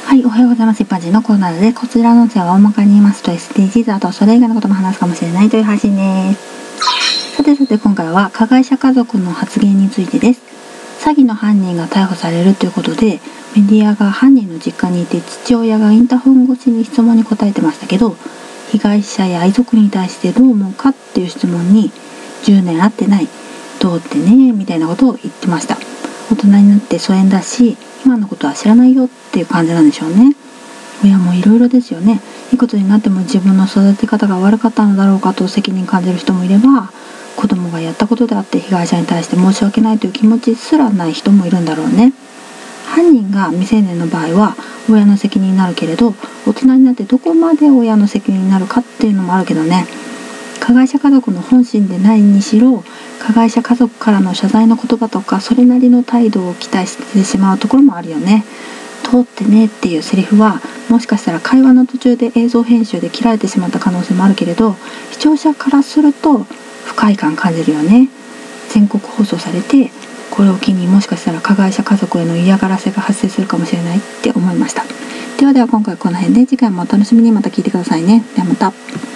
はい、おはようございます。一般人のコーナーで、こちらの音声は大まかに言いますと SDGs、あとそれ以外のことも話すかもしれないという配信です。さて今回は加害者家族の発言についてです。詐欺の犯人が逮捕されるということで、メディアが犯人の実家にいて、父親がインターホン越しに質問に答えてましたけど、被害者や遺族に対してどう思うかっていう質問に、10年会ってない、どうってねみたいなことを言ってました。大人になって疎遠だし、今のことは知らないよっていう感じなんでしょうね。親もいろいろですよね。いくつになっても自分の育て方が悪かったのだろうかと責任感じる人もいれば、子供がやったことであって被害者に対して申し訳ないという気持ちすらない人もいるんだろうね。犯人が未成年の場合は親の責任になるけれど、大人になってどこまで親の責任になるかっていうのもあるけどね。加害者家族の本心でないにしろ、加害者家族からの謝罪の言葉とかそれなりの態度を期待してしまうところもあるよね。通ってねっていうセリフはもしかしたら会話の途中で映像編集で切られてしまった可能性もあるけれど、視聴者からすると不快感感じるよね。全国放送されて、これを機にもしかしたら加害者家族への嫌がらせが発生するかもしれないって思いました。では今回はこの辺で、次回もお楽しみに。また聞いてくださいね。ではまた。